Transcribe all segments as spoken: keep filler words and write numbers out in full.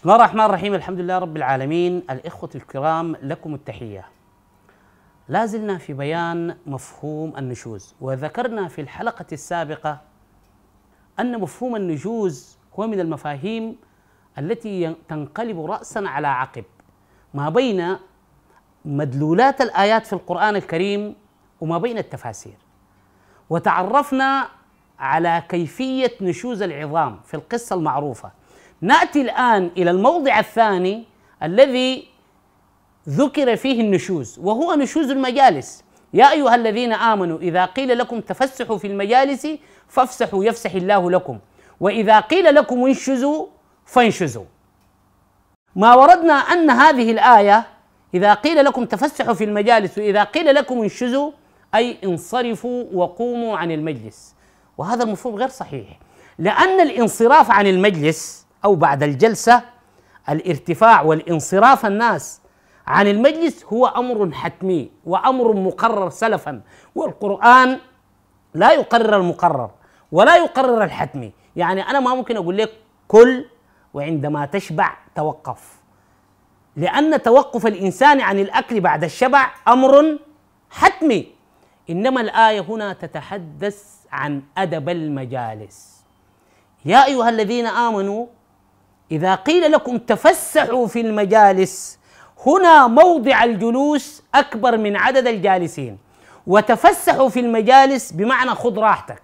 بسم الله الرحمن الرحيم. الحمد لله رب العالمين. الإخوة الكرام، لكم التحية. لا زلنا في بيان مفهوم النشوز، وذكرنا في الحلقة السابقة أن مفهوم النشوز هو من المفاهيم التي تنقلب رأسا على عقب ما بين مدلولات الآيات في القرآن الكريم وما بين التفاسير، وتعرفنا على كيفية نشوز العظام في القصة المعروفة. نأتي الآن إلى الموضع الثاني الذي ذكر فيه النشوز، وهو نشوز المجالس. يا أيها الذين آمنوا إذا قيل لكم تفسحوا في المجالس فافسحوا يفسح الله لكم، وإذا قيل لكم انشزوا فانشزوا. ما وردنا أن هذه الآية إذا قيل لكم تفسحوا في المجالس وإذا قيل لكم انشزوا أي انصرفوا وقوموا عن المجلس، وهذا المفهوم غير صحيح، لأن الانصراف عن المجلس أو بعد الجلسة، الارتفاع والانصراف الناس عن المجلس هو أمر حتمي وأمر مقرر سلفا، والقرآن لا يقرر المقرر ولا يقرر الحتمي. يعني أنا ما ممكن أقول لك كل وعندما تشبع توقف، لأن توقف الإنسان عن الأكل بعد الشبع أمر حتمي، إنما الآية هنا تتحدث عن أدب المجالس. يا أيها الذين آمنوا إذا قيل لكم تفسحوا في المجالس، هنا موضع الجلوس أكبر من عدد الجالسين، وتفسحوا في المجالس بمعنى خذ راحتك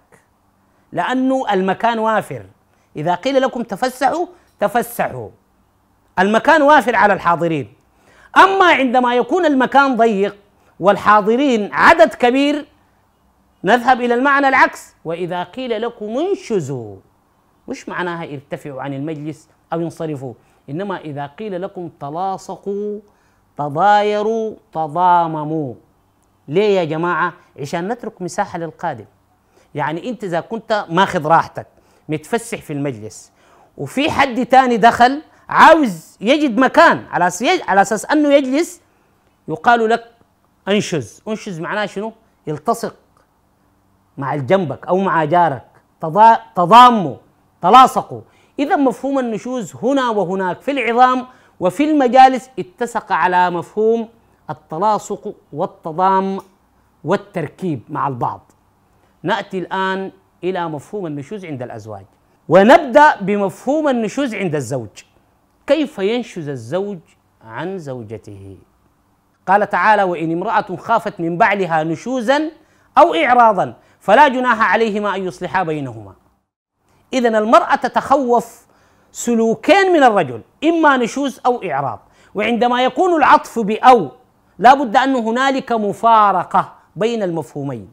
لأنه المكان وافر. إذا قيل لكم تفسحوا تفسحوا، المكان وافر على الحاضرين. أما عندما يكون المكان ضيق والحاضرين عدد كبير نذهب إلى المعنى العكس، وإذا قيل لكم انشزوا، مش معناها ارتفعوا عن المجلس أو انصرفوا، إنما إذا قيل لكم تلاصقوا تضايروا تضامموا. ليه يا جماعة؟ عشان نترك مساحة للقادم. يعني أنت إذا كنت ماخذ راحتك متفسح في المجلس وفي حد تاني دخل عاوز يجد مكان على على أساس أنه يجلس، يقال لك انشز. انشز معناه شنو؟ التصق مع الجنبك أو مع جارك، تضاموا تلاصقوا. إذا مفهوم النشوز هنا وهناك في العظام وفي المجالس اتسق على مفهوم التلاصق والتضام والتركيب مع البعض. نأتي الآن إلى مفهوم النشوز عند الأزواج، ونبدأ بمفهوم النشوز عند الزوج. كيف ينشز الزوج عن زوجته؟ قال تعالى: وإن امرأة خافت من بعلها نشوزا أو إعراضا فلا جناح عليهما أن يصلحا بينهما. إذن المرأة تتخوف سلوكين من الرجل، إما نشوز أو إعراض، وعندما يكون العطف بأو لا بد أن هنالك مفارقة بين المفهومين.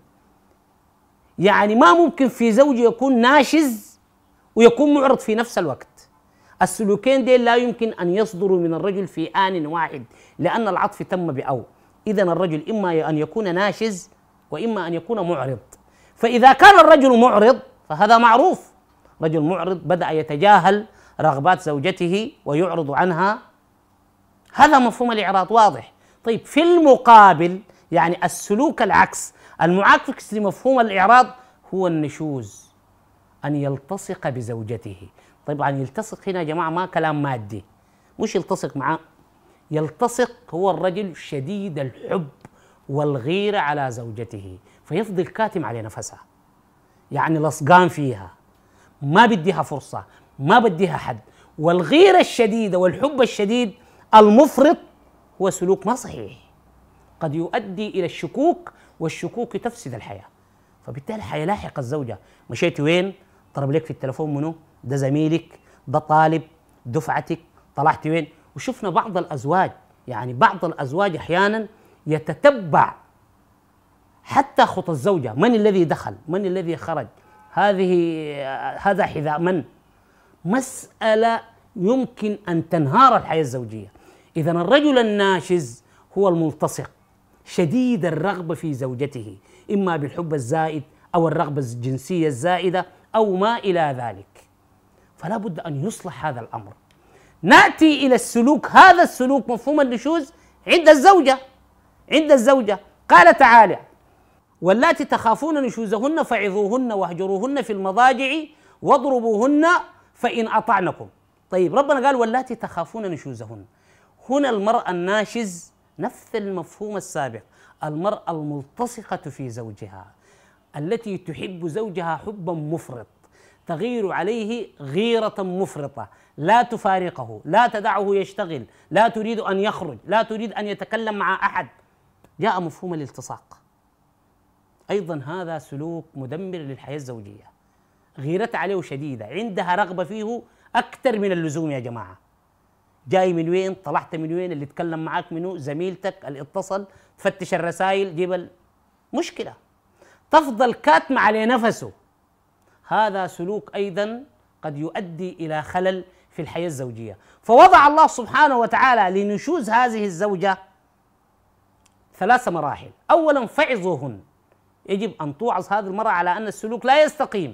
يعني ما ممكن في زوج يكون ناشز ويكون معرض في نفس الوقت. السلوكين دي لا يمكن أن يصدروا من الرجل في آن واحد، لأن العطف تم بأو. إذن الرجل إما أن يكون ناشز وإما أن يكون معرض. فإذا كان الرجل معرض فهذا معروف، رجل معرض بدأ يتجاهل رغبات زوجته ويعرض عنها، هذا مفهوم الإعراض واضح. طيب في المقابل، يعني السلوك العكس المعاكس لمفهوم الإعراض هو النشوز، أن يلتصق بزوجته. طبعا يلتصق هنا يا جماعة ما كلام مادي، مش يلتصق معه، يلتصق هو الرجل شديد الحب والغيرة على زوجته، فيفضل كاتم على نفسها، يعني لصقان فيها، ما بديها فرصة، ما بديها حد. والغيرة الشديدة والحب الشديد المفرط هو سلوك ما صحيح، قد يؤدي إلى الشكوك، والشكوك تفسد الحياة. فبالتالي حيلاحق الزوجة، مشيت وين؟ طلب لك في التلفون منو؟ ده زميلك، ده طالب دفعتك، طلعت وين؟ وشفنا بعض الأزواج، يعني بعض الأزواج أحيانا يتتبع حتى خطى الزوجة، من الذي دخل؟ من الذي خرج؟ هذه هذا حذاء من؟ مسألة يمكن أن تنهار الحياة الزوجية. إذن الرجل الناشز هو الملتصق شديد الرغبة في زوجته، إما بالحب الزائد أو الرغبة الجنسية الزائدة أو ما إلى ذلك، فلا بد أن يصلح هذا الأمر. نأتي إلى السلوك، هذا السلوك مفهوم النشوز عند الزوجة. عند الزوجة قال تعالى: واللاتي تخافون نشوزهن فعظوهن واهجروهن في المضاجع واضربوهن فإن أطعنكم. طيب ربنا قال واللاتي تخافون نشوزهن. هنا المرأة الناشز نفس المفهوم السابق، المرأة الملتصقة في زوجها التي تحب زوجها حبا مفرط، تغير عليه غيرة مفرطة، لا تفارقه، لا تدعه يشتغل، لا تريد أن يخرج، لا تريد أن يتكلم مع أحد. جاء مفهوم الالتصاق، أيضا هذا سلوك مدمر للحياة الزوجية. غيرتها عليه شديدة، عندها رغبة فيه أكثر من اللزوم يا جماعة. جاي من وين؟ طلعت من وين؟ اللي اتكلم معاك منو؟ زميلتك اللي اتصل، تفتش الرسائل، جيب مشكلة، تفضل كاتمة على نفسه. هذا سلوك أيضا قد يؤدي إلى خلل في الحياة الزوجية. فوضع الله سبحانه وتعالى لنشوز هذه الزوجة ثلاث مراحل. أولا فعظوهن، يجب أن توعظ هذه المرأة على أن السلوك لا يستقيم،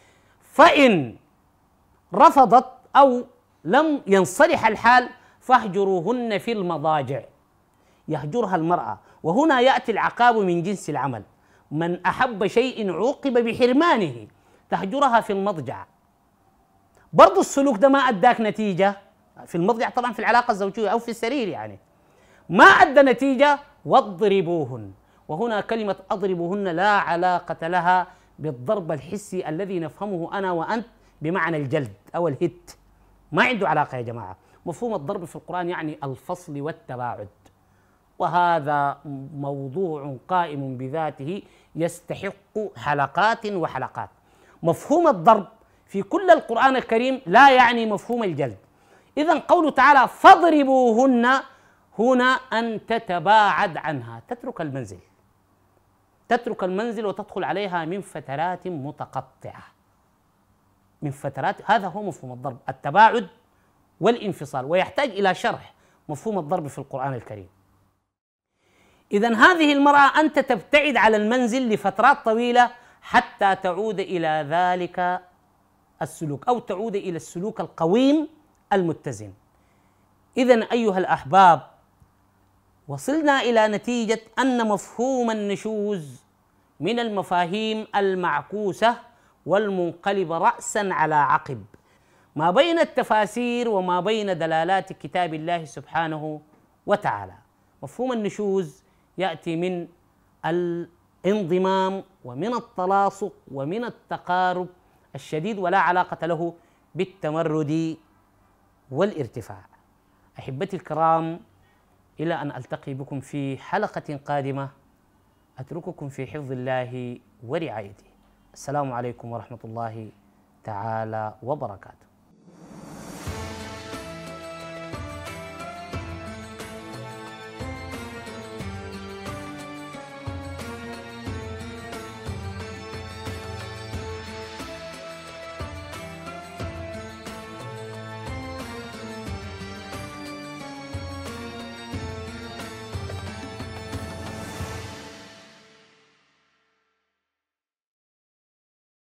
فإن رفضت أو لم ينصلح الحال فاهجروهن في المضاجع. يهجرها المرأة، وهنا يأتي العقاب من جنس العمل. من أحب شيء عوقب بحرمانه، تهجرها في المضجع. برضو السلوك ده ما أداك نتيجة في المضجع، طبعا في العلاقة الزوجية أو في السرير يعني ما أدى نتيجة، واضربوهن. وهنا كلمة أضربوهن لا علاقة لها بالضرب الحسي الذي نفهمه أنا وأنت بمعنى الجلد أو الهت، ما عنده علاقة يا جماعة. مفهوم الضرب في القرآن يعني الفصل والتباعد، وهذا موضوع قائم بذاته يستحق حلقات وحلقات. مفهوم الضرب في كل القرآن الكريم لا يعني مفهوم الجلد. إذن قوله تعالى فاضربوهن هنا أن تتباعد عنها، تترك المنزل، تترك المنزل وتدخل عليها من فترات متقطعة، من فترات. هذا هو مفهوم الضرب، التباعد والانفصال، ويحتاج إلى شرح مفهوم الضرب في القرآن الكريم. إذن هذه المرأة أنت تبتعد على المنزل لفترات طويلة حتى تعود إلى ذلك السلوك أو تعود إلى السلوك القويم المتزن. إذن أيها الأحباب، وصلنا إلى نتيجة أن مفهوم النشوز من المفاهيم المعكوسة والمنقلبة رأسا على عقب ما بين التفاسير وما بين دلالات كتاب الله سبحانه وتعالى. مفهوم النشوز يأتي من الانضمام ومن التلاصق ومن التقارب الشديد، ولا علاقة له بالتمرد والارتفاع. أحبتي الكرام، إلى أن ألتقي بكم في حلقة قادمة، أترككم في حفظ الله ورعايته. السلام عليكم ورحمة الله تعالى وبركاته.